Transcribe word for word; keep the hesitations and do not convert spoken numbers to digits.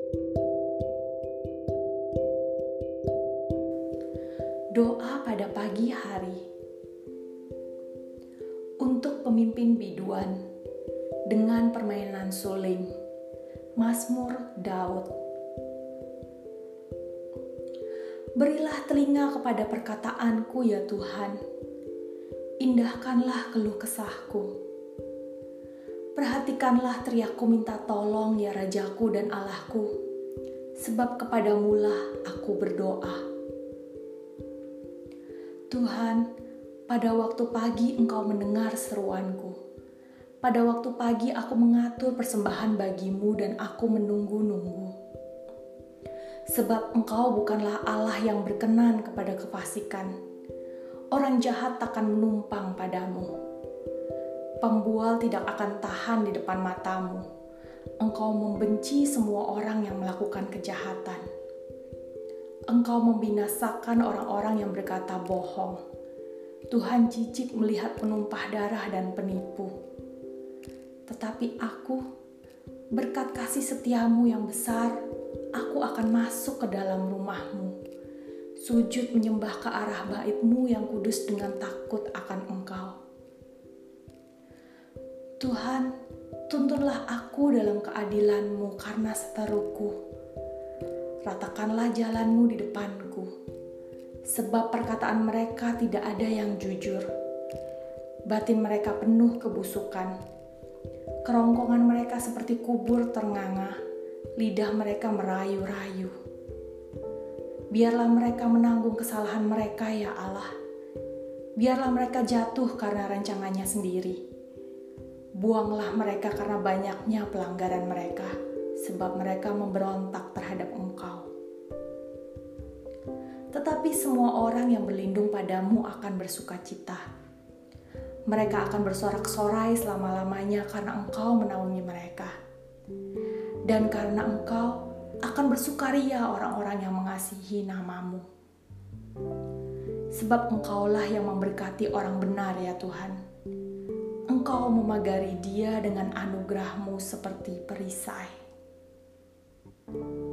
Doa pada pagi hari untuk pemimpin biduan dengan permainan suling. Mazmur Daud. Berilah telinga kepada perkataanku ya Tuhan, indahkanlah keluh kesahku. Perhatikanlah teriakku minta tolong ya Rajaku dan Allahku, sebab kepadamulah aku berdoa. Tuhan, pada waktu pagi Engkau mendengar seruanku. Pada waktu pagi aku mengatur persembahan bagimu dan aku menunggu-nunggu. Sebab Engkau bukanlah Allah yang berkenan kepada kefasikan. Orang jahat takkan menumpang padamu. Pembual tidak akan tahan di depan matamu. Engkau membenci semua orang yang melakukan kejahatan. Engkau membinasakan orang-orang yang berkata bohong. Tuhan jijik melihat penumpah darah dan penipu. Tetapi aku, berkat kasih setiamu yang besar, aku akan masuk ke dalam rumahmu, sujud menyembah ke arah baitmu yang kudus dengan takut akan Engkau. Tuhan, tuntunlah aku dalam keadilanmu karena seteruku. Ratakanlah jalanmu di depanku, sebab perkataan mereka tidak ada yang jujur. Batin mereka penuh kebusukan. Kerongkongan mereka seperti kubur ternganga, lidah mereka merayu-rayu. Biarlah mereka menanggung kesalahan mereka ya Allah. Biarlah mereka jatuh karena rancangannya sendiri. Buanglah mereka karena banyaknya pelanggaran mereka, sebab mereka memberontak terhadap Engkau. Tetapi semua orang yang berlindung padamu akan bersukacita. Mereka akan bersorak-sorai selama-lamanya karena Engkau menaungi mereka. Dan karena Engkau akan bersukaria orang-orang yang mengasihi namamu. Sebab Engkaulah yang memberkati orang benar ya Tuhan. Engkau memagari dia dengan anugerah-Mu seperti perisai.